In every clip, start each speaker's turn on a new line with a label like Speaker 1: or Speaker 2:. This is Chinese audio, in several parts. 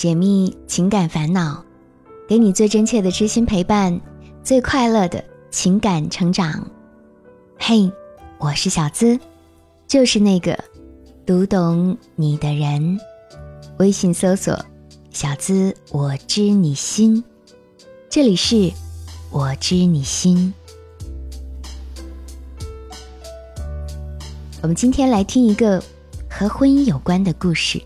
Speaker 1: 解密情感烦恼，给你最真切的知心陪伴，最快乐的情感成长。嘿，我是小资，就是那个读懂你的人。微信搜索小资我知你心，这里是我知你心。我们今天来听一个和婚姻有关的故事。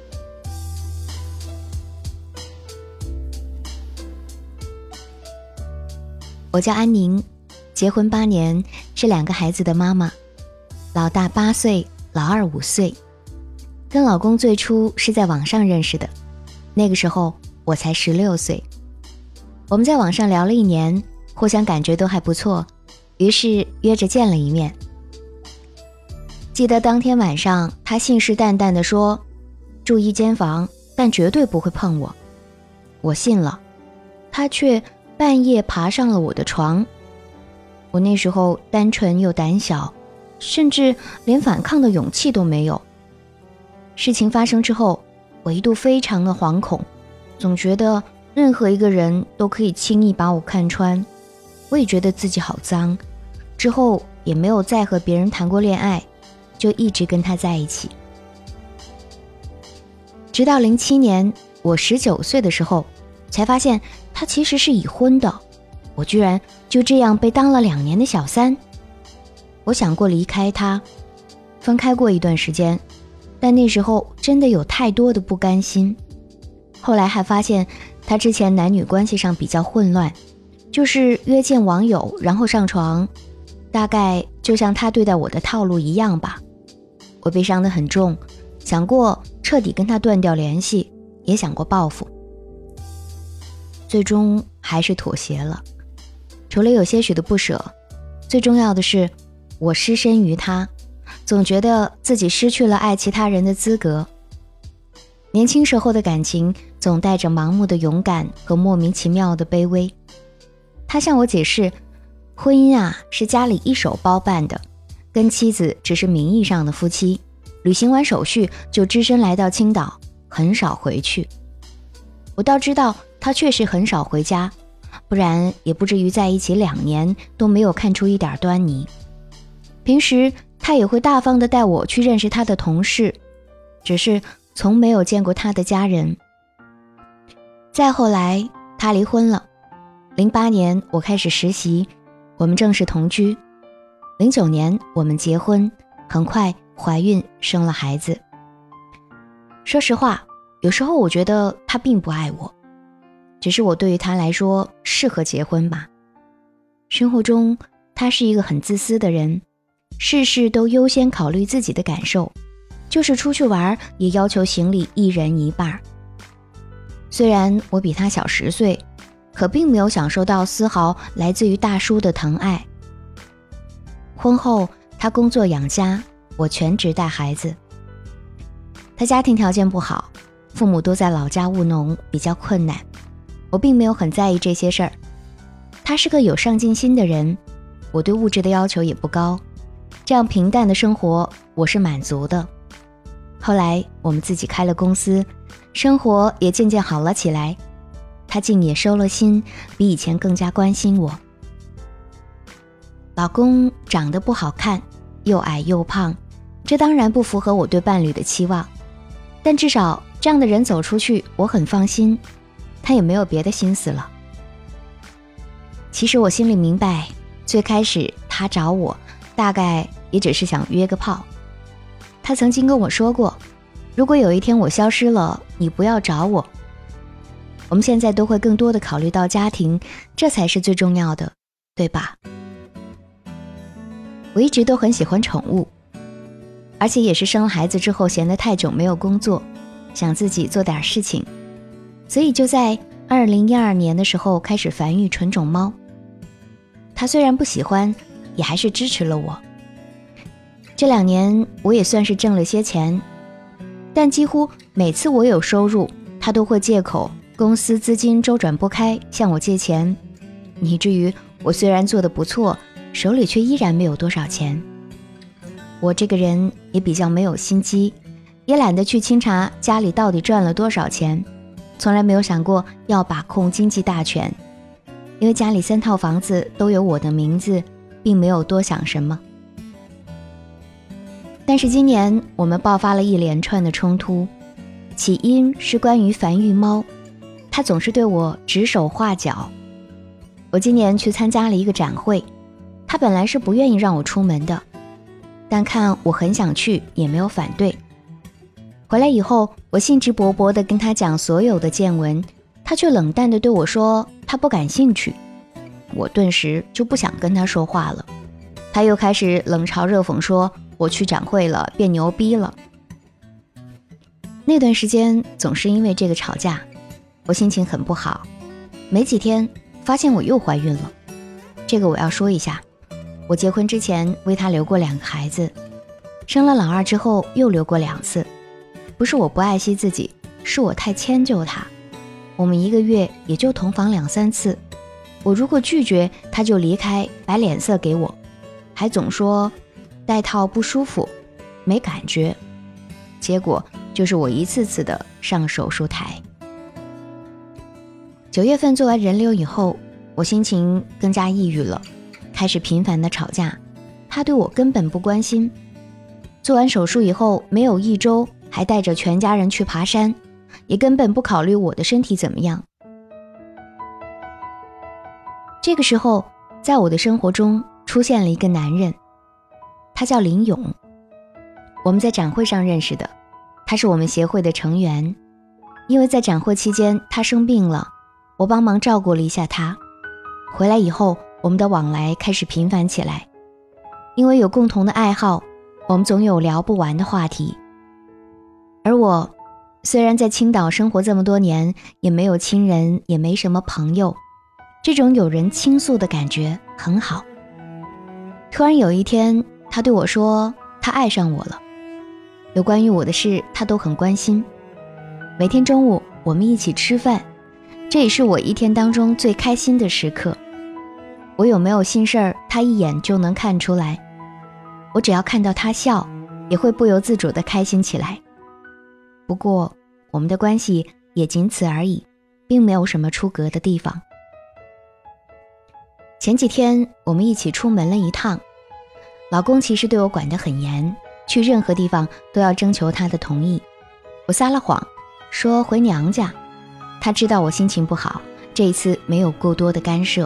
Speaker 1: 我叫安宁，结婚8年，是2个孩子的妈妈，老大8岁，老二5岁。跟老公最初是在网上认识的，那个时候我才16岁。我们在网上聊了1年，互相感觉都还不错，于是约着见了一面。记得当天晚上，他信誓旦旦地说，住一间房，但绝对不会碰我。我信了，他却半夜爬上了我的床。我那时候单纯又胆小，甚至连反抗的勇气都没有。事情发生之后，我一度非常的惶恐，总觉得任何一个人都可以轻易把我看穿。我也觉得自己好脏，之后也没有再和别人谈过恋爱，就一直跟他在一起。直到07年我19岁的时候，才发现他其实是已婚的，我居然就这样被当了2年的小三。我想过离开他，分开过一段时间，但那时候真的有太多的不甘心。后来还发现他之前男女关系上比较混乱，就是约见网友然后上床，大概就像他对待我的套路一样吧。我悲伤得很重，想过彻底跟他断掉联系，也想过报复，最终还是妥协了。除了有些许的不舍，最重要的是我失身于他，总觉得自己失去了爱其他人的资格。年轻时候的感情总带着盲目的勇敢和莫名其妙的卑微。他向我解释，婚姻啊是家里一手包办的，跟妻子只是名义上的夫妻，履行完手续就只身来到青岛，很少回去。我倒知道他确实很少回家，不然也不至于在一起2年都没有看出一点端倪。平时他也会大方地带我去认识他的同事，只是从没有见过他的家人。再后来他离婚了，08年我开始实习，我们正式同居。09年我们结婚，很快怀孕生了孩子。说实话，有时候我觉得他并不爱我，只是我对于他来说适合结婚吧。生活中他是一个很自私的人，事事都优先考虑自己的感受，就是出去玩也要求行李1人1半。虽然我比他小10岁，可并没有享受到丝毫来自于大叔的疼爱。婚后他工作养家，我全职带孩子。他家庭条件不好，父母都在老家务农，比较困难。我并没有很在意这些事儿。他是个有上进心的人，我对物质的要求也不高，这样平淡的生活我是满足的。后来我们自己开了公司，生活也渐渐好了起来，他竟也收了心，比以前更加关心我。老公长得不好看，又矮又胖，这当然不符合我对伴侣的期望，但至少这样的人走出去我很放心，他也没有别的心思了。其实我心里明白，最开始他找我大概也只是想约个炮。他曾经跟我说过，如果有一天我消失了，你不要找我。我们现在都会更多的考虑到家庭，这才是最重要的，对吧？我一直都很喜欢宠物，而且也是生了孩子之后闲得太久没有工作，想自己做点事情，所以就在2012年的时候开始繁育纯种猫。他虽然不喜欢，也还是支持了我。这2年我也算是挣了些钱，但几乎每次我有收入，他都会借口公司资金周转不开向我借钱，以至于我虽然做得不错，手里却依然没有多少钱。我这个人也比较没有心机，也懒得去清查家里到底赚了多少钱， 从来没有想过要把控经济大权，因为家里3套房子都有我的名字，并没有多想什么。但是今年我们爆发了一连串的冲突，起因是关于樊玉猫，他总是对我指手画脚。我今年去参加了一个展会，他本来是不愿意让我出门的，但看我很想去，也没有反对。回来以后，我兴致勃勃地跟他讲所有的见闻，他却冷淡地对我说他不感兴趣。我顿时就不想跟他说话了。他又开始冷嘲热讽说我去展会了，变牛逼了。那段时间总是因为这个吵架，我心情很不好。没几天发现我又怀孕了。这个我要说一下，我结婚之前为他留过2个孩子，生了老2之后又留过2次。不是我不爱惜自己，是我太迁就他。我们1个月也就同房2、3次，我如果拒绝他就离开，摆脸色给我，还总说戴套不舒服，没感觉。结果就是我一次次的上手术台。9月份做完人流以后，我心情更加抑郁了，开始频繁的吵架。他对我根本不关心。做完手术以后没有1周，还带着全家人去爬山，也根本不考虑我的身体怎么样。这个时候，在我的生活中出现了一个男人，他叫林勇。我们在展会上认识的，他是我们协会的成员。因为在展会期间他生病了，我帮忙照顾了一下他。回来以后，我们的往来开始频繁起来。因为有共同的爱好，我们总有聊不完的话题。而我虽然在青岛生活这么多年，也没有亲人，也没什么朋友，这种有人倾诉的感觉很好。突然有一天，他对我说他爱上我了，有关于我的事他都很关心。每天中午我们一起吃饭，这也是我一天当中最开心的时刻。我有没有心事儿，他一眼就能看出来。我只要看到他笑，也会不由自主地开心起来。不过我们的关系也仅此而已，并没有什么出格的地方。前几天我们一起出门了一趟，老公其实对我管得很严，去任何地方都要征求他的同意。我撒了谎，说回娘家。他知道我心情不好，这一次没有过多的干涉。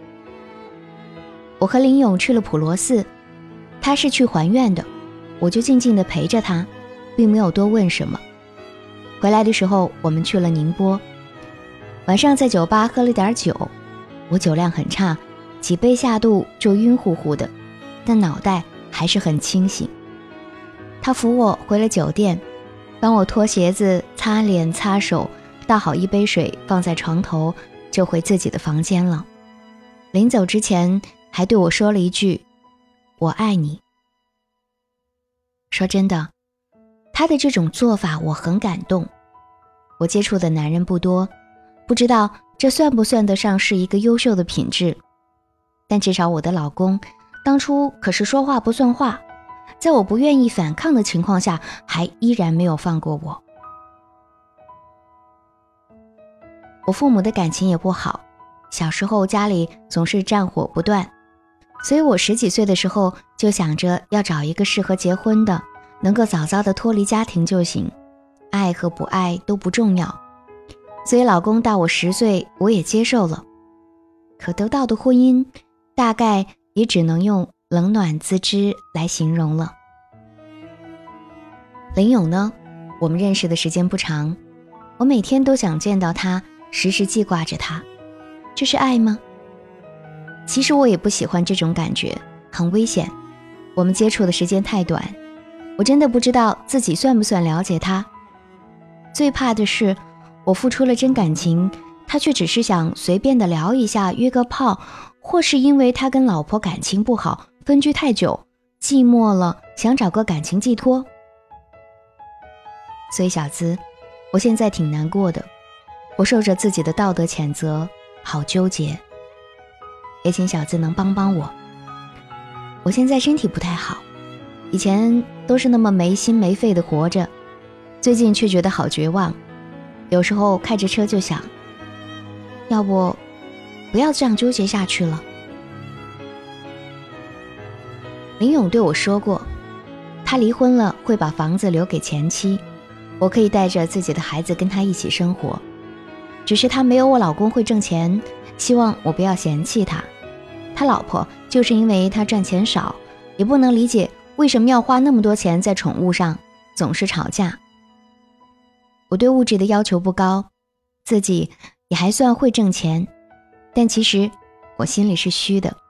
Speaker 1: 我和林勇去了普罗寺，他是去还愿的，我就静静地陪着他，并没有多问什么。回来的时候我们去了宁波，晚上在酒吧喝了点酒，我酒量很差，几杯下肚就晕乎乎的，但脑袋还是很清醒。他扶我回了酒店，帮我脱鞋子、擦脸、擦手，倒好一杯水放在床头，就回自己的房间了。临走之前还对我说了一句我爱你。说真的，他的这种做法我很感动。我接触的男人不多，不知道这算不算得上是一个优秀的品质，但至少我的老公当初可是说话不算话，在我不愿意反抗的情况下，还依然没有放过我。我父母的感情也不好，小时候家里总是战火不断，所以我10几岁的时候就想着要找一个适合结婚的，能够早早的脱离家庭就行，爱和不爱都不重要。所以老公大我10岁，我也接受了。可得到的婚姻大概也只能用冷暖自知来形容了。林勇呢，我们认识的时间不长，我每天都想见到他，时时记挂着他。这是爱吗？其实我也不喜欢这种感觉，很危险。我们接触的时间太短，我真的不知道自己算不算了解他。最怕的是我付出了真感情，他却只是想随便的聊一下，约个炮，或是因为他跟老婆感情不好，分居太久，寂寞了，想找个感情寄托。所以小资，我现在挺难过的，我受着自己的道德谴责，好纠结。也请小资能帮帮我。我现在身体不太好，以前都是那么没心没肺的活着，最近却觉得好绝望。 有时候开着车就想，要不不要这样纠结下去了。林勇对我说过，他离婚了会把房子留给前妻，我可以带着自己的孩子跟他一起生活，只是他没有我老公会挣钱，希望我不要嫌弃他。他老婆就是因为他赚钱少，也不能理解为什么要花那么多钱在宠物上，总是吵架。我对物质的要求不高，自己也还算会挣钱，但其实我心里是虚的。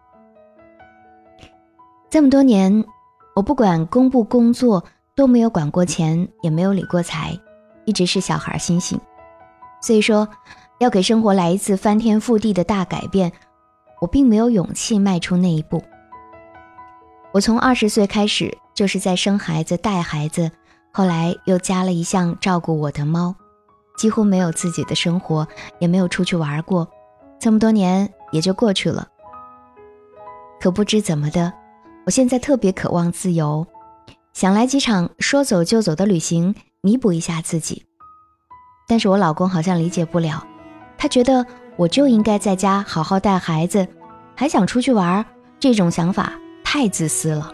Speaker 1: 这么多年，我不管工不工作，都没有管过钱，也没有理过财，一直是小孩心性。所以说，要给生活来一次翻天覆地的大改变，我并没有勇气迈出那一步。我从20岁开始就是在生孩子带孩子，后来又加了一项照顾我的猫，几乎没有自己的生活，也没有出去玩过，这么多年也就过去了。可不知怎么的，我现在特别渴望自由，想来几场说走就走的旅行弥补一下自己。但是我老公好像理解不了，他觉得我就应该在家好好带孩子，还想出去玩，这种想法太自私了。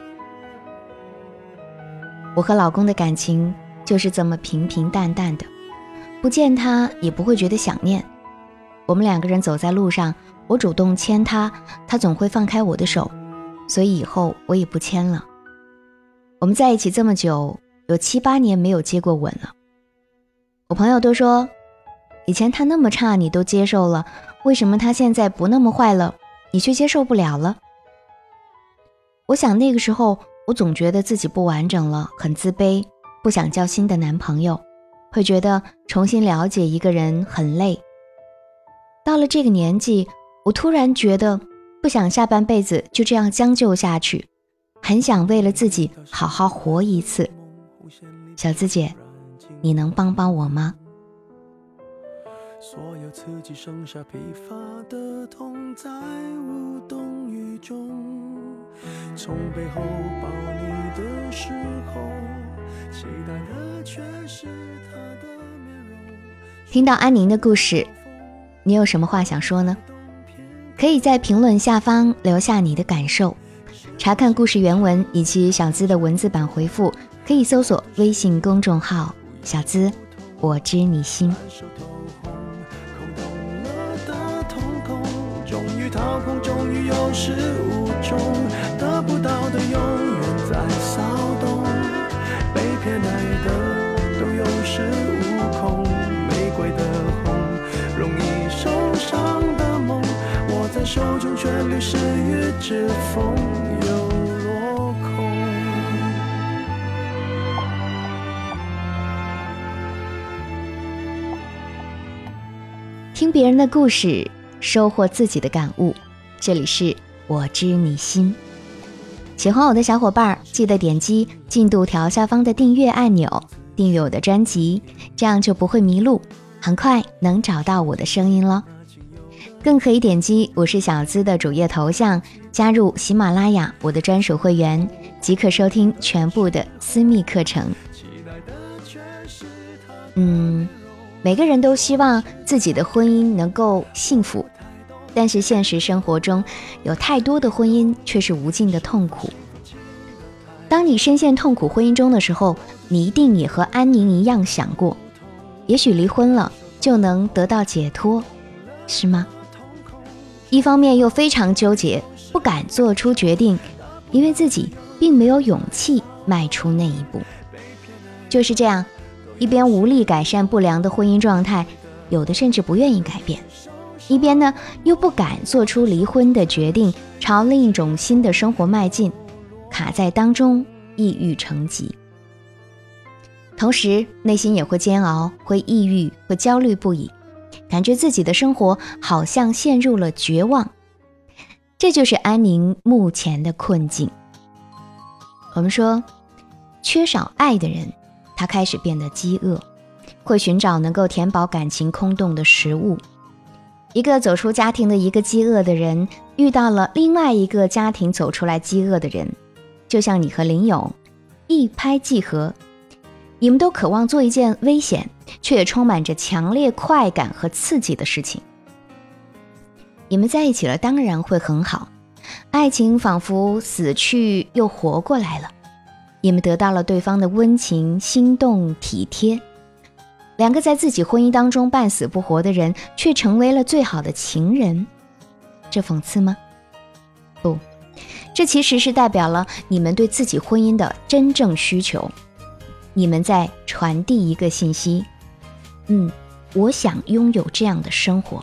Speaker 1: 我和老公的感情就是这么平平淡淡的，不见他也不会觉得想念。我们2个人走在路上，我主动牵他，他总会放开我的手，所以以后我也不牵了。我们在一起这么久，有7、8年没有接过吻了。我朋友都说，以前他那么差你都接受了，为什么他现在不那么坏了，你却接受不了了？我想那个时候我总觉得自己不完整了，很自卑，不想交新的男朋友，会觉得重新了解一个人很累。到了这个年纪，我突然觉得不想下半辈子就这样将就下去，很想为了自己好好活一次。小资姐，你能帮帮我吗？
Speaker 2: 所有刺激剩下疲乏的痛，在无动于衷，从背后抱你的时候，期待的却是他的面容。
Speaker 1: 听到安宁的故事，你有什么话想说呢？可以在评论下方留下你的感受。查看故事原文以及小资的文字版回复，可以搜索微信公众号小资我知你心。
Speaker 2: 终于掏空，终于有始无终，得不到的永远在骚动，被偏爱的都有恃无恐，玫瑰的红，容易受伤的梦，握在手中却流失于指缝，又落空。
Speaker 1: 听别人的故事，收获自己的感悟，这里是我知你心。喜欢我的小伙伴记得点击进度条下方的订阅按钮，订阅我的专辑，这样就不会迷路，很快能找到我的声音了。更可以点击我是小资的主页头像，加入喜马拉雅我的专属会员，即可收听全部的私密课程。每个人都希望自己的婚姻能够幸福，但是现实生活中有太多的婚姻却是无尽的痛苦。当你深陷痛苦婚姻中的时候，你一定也和安宁一样想过，也许离婚了就能得到解脱，是吗？一方面又非常纠结，不敢做出决定，因为自己并没有勇气迈出那一步。就是这样，一边无力改善不良的婚姻状态，有的甚至不愿意改变，一边呢又不敢做出离婚的决定，朝另一种新的生活迈进，卡在当中，抑郁成疾。同时内心也会煎熬，会抑郁，会焦虑不已，感觉自己的生活好像陷入了绝望。这就是安宁目前的困境。我们说，缺少爱的人，他开始变得饥饿，会寻找能够填饱感情空洞的食物。一个走出家庭的一个饥饿的人，遇到了另外一个家庭走出来饥饿的人，就像你和林勇一拍即合。 你们都渴望做一件危险却也充满着强烈快感和刺激的事情。你们在一起了，当然会很好，爱情仿佛死去又活过来了，你们得到了对方的温情、心动、体贴。两个在自己婚姻当中半死不活的人，却成为了最好的情人，这讽刺吗？不，这其实是代表了你们对自己婚姻的真正需求。你们在传递一个信息，我想拥有这样的生活。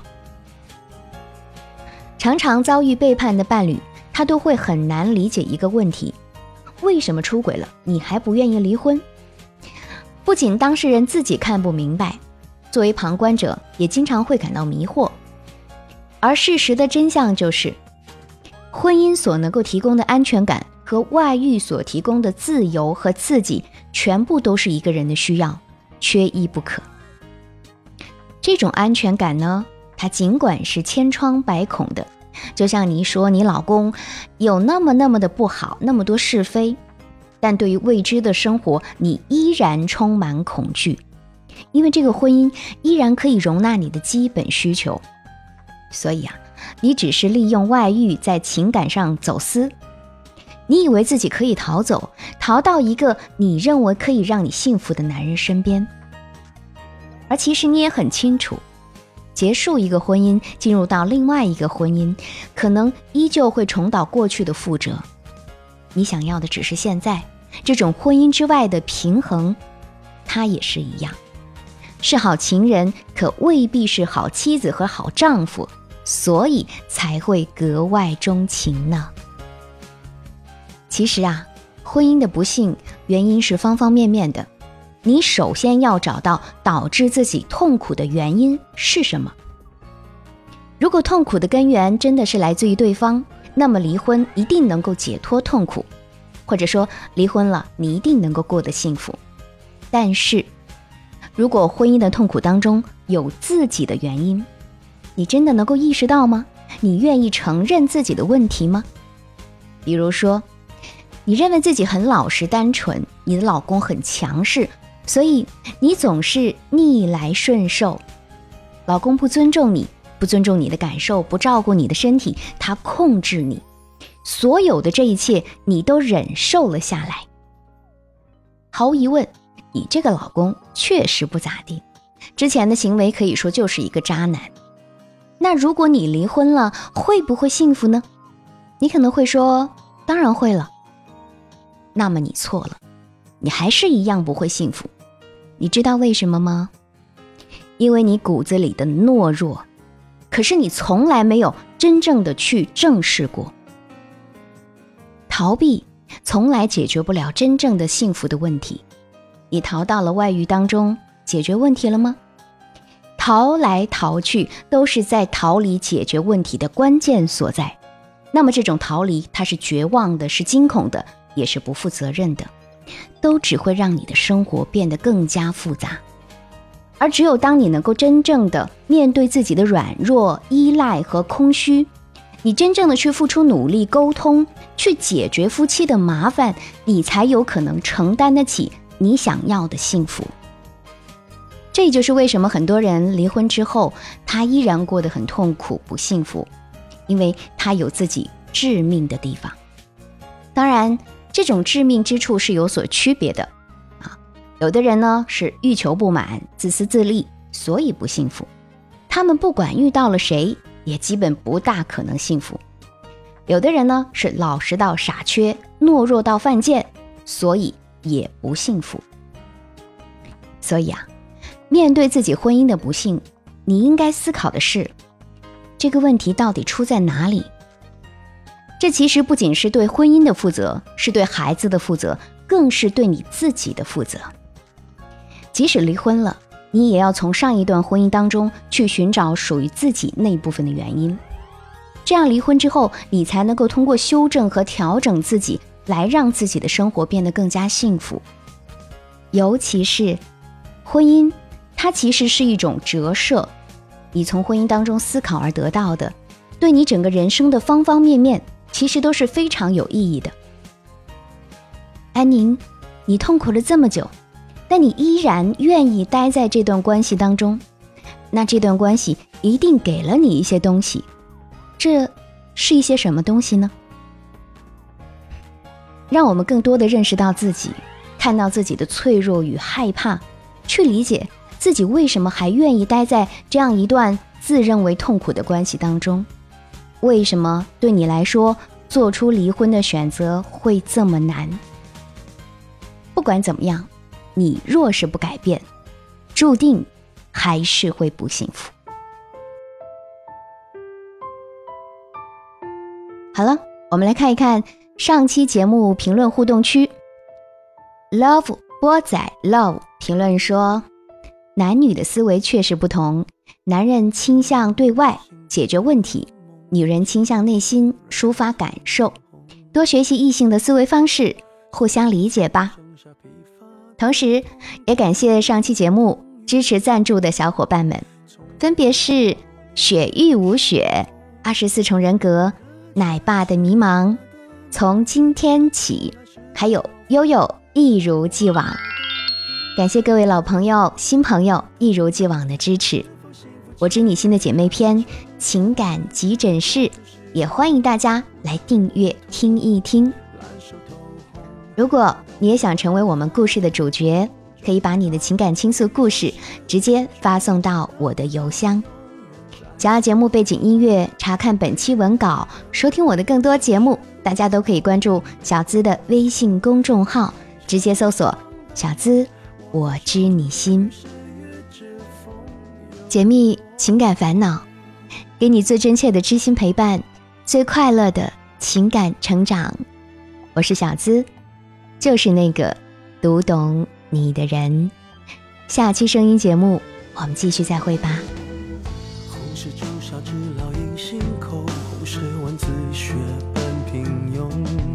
Speaker 1: 常常遭遇背叛的伴侣，他都会很难理解一个问题：为什么出轨了，你还不愿意离婚？不仅当事人自己看不明白，作为旁观者也经常会感到迷惑。而事实的真相就是，婚姻所能够提供的安全感和外遇所提供的自由和刺激，全部都是一个人的需要，缺一不可。这种安全感呢，它尽管是千疮百孔的，就像你说你老公有那么的不好，那么多是非，但对于未知的生活，你依然充满恐惧，因为这个婚姻依然可以容纳你的基本需求。所以你只是利用外遇在情感上走私，你以为自己可以逃走，逃到一个你认为可以让你幸福的男人身边。而其实你也很清楚，结束一个婚姻，进入到另外一个婚姻，可能依旧会重蹈过去的覆辙。你想要的只是现在这种婚姻之外的平衡，它也是一样，是好情人，可未必是好妻子和好丈夫，所以才会格外钟情呢。其实婚姻的不幸原因是方方面面的，你首先要找到导致自己痛苦的原因是什么。如果痛苦的根源真的是来自于对方，那么离婚一定能够解脱痛苦，或者说离婚了你一定能够过得幸福。但是如果婚姻的痛苦当中有自己的原因，你真的能够意识到吗？你愿意承认自己的问题吗？比如说，你认为自己很老实单纯，你的老公很强势，所以你总是逆来顺受。老公不尊重你，不尊重你的感受，不照顾你的身体，他控制你，所有的这一切你都忍受了下来。毫无疑问，你这个老公确实不咋地，之前的行为可以说就是一个渣男。那如果你离婚了，会不会幸福呢？你可能会说，当然会了。那么你错了，你还是一样不会幸福。你知道为什么吗？因为你骨子里的懦弱，可是你从来没有真正的去正视过。逃避从来解决不了真正的幸福的问题。你逃到了外遇当中，解决问题了吗？逃来逃去都是在逃离解决问题的关键所在。那么这种逃离，它是绝望的，是惊恐的，也是不负责任的，都只会让你的生活变得更加复杂。而只有当你能够真正的面对自己的软弱、依赖和空虚，你真正的去付出努力沟通，去解决夫妻的麻烦，你才有可能承担得起你想要的幸福。这就是为什么很多人离婚之后，他依然过得很痛苦、不幸福，因为他有自己致命的地方。当然，这种致命之处是有所区别的有的人呢是欲求不满、自私自利，所以不幸福，他们不管遇到了谁，也基本不大可能幸福。有的人呢是老实到傻缺、懦弱到犯贱，所以也不幸福。所以面对自己婚姻的不幸，你应该思考的是，这个问题到底出在哪里？这其实不仅是对婚姻的负责，是对孩子的负责，更是对你自己的负责。即使离婚了，你也要从上一段婚姻当中去寻找属于自己那部分的原因。这样离婚之后，你才能够通过修正和调整自己，来让自己的生活变得更加幸福。尤其是婚姻，它其实是一种折射，你从婚姻当中思考而得到的，对你整个人生的方方面面，其实都是非常有意义的。安宁，你痛苦了这么久， 但你依然愿意待在这段关系当中，那这段关系一定给了你一些东西。这是一些什么东西呢？让我们更多地认识到自己，看到自己的脆弱与害怕，去理解自己为什么还愿意待在这样一段自认为痛苦的关系当中。为什么对你来说做出离婚的选择会这么难？不管怎么样，你若是不改变，注定还是会不幸福。好了，我们来看一看上期节目评论互动区。 Love 波仔 Love 评论说，男女的思维确实不同，男人倾向对外解决问题，女人倾向内心抒发感受，多学习异性的思维方式，互相理解吧。同时也感谢上期节目支持赞助的小伙伴们，分别是雪域无雪、24重人格、奶爸的迷茫、从今天起，还有悠悠一如既往。感谢各位老朋友新朋友一如既往的支持。我知你心的姐妹篇情感急诊室也欢迎大家来订阅听一听。如果你也想成为我们故事的主角，可以把你的情感倾诉故事直接发送到我的邮箱。想要节目背景音乐，查看本期文稿，收听我的更多节目，大家都可以关注小资的微信公众号，直接搜索小资我知你心，解密情感烦恼，给你最真切的知心陪伴，最快乐的情感成长。我是小资，就是那个读懂你的人。下期声音节目我们继续再会吧。
Speaker 2: 红是朱砂痣烙印心口，红是文字血本平庸，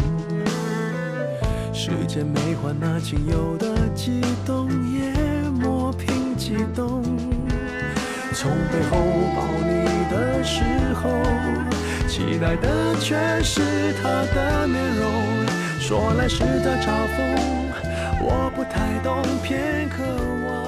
Speaker 2: 世间没换那仅有的激动，也磨平激动。从背后抱你的时候，期待的却是他的面容，说来是在嘲讽，我不太懂，偏渴望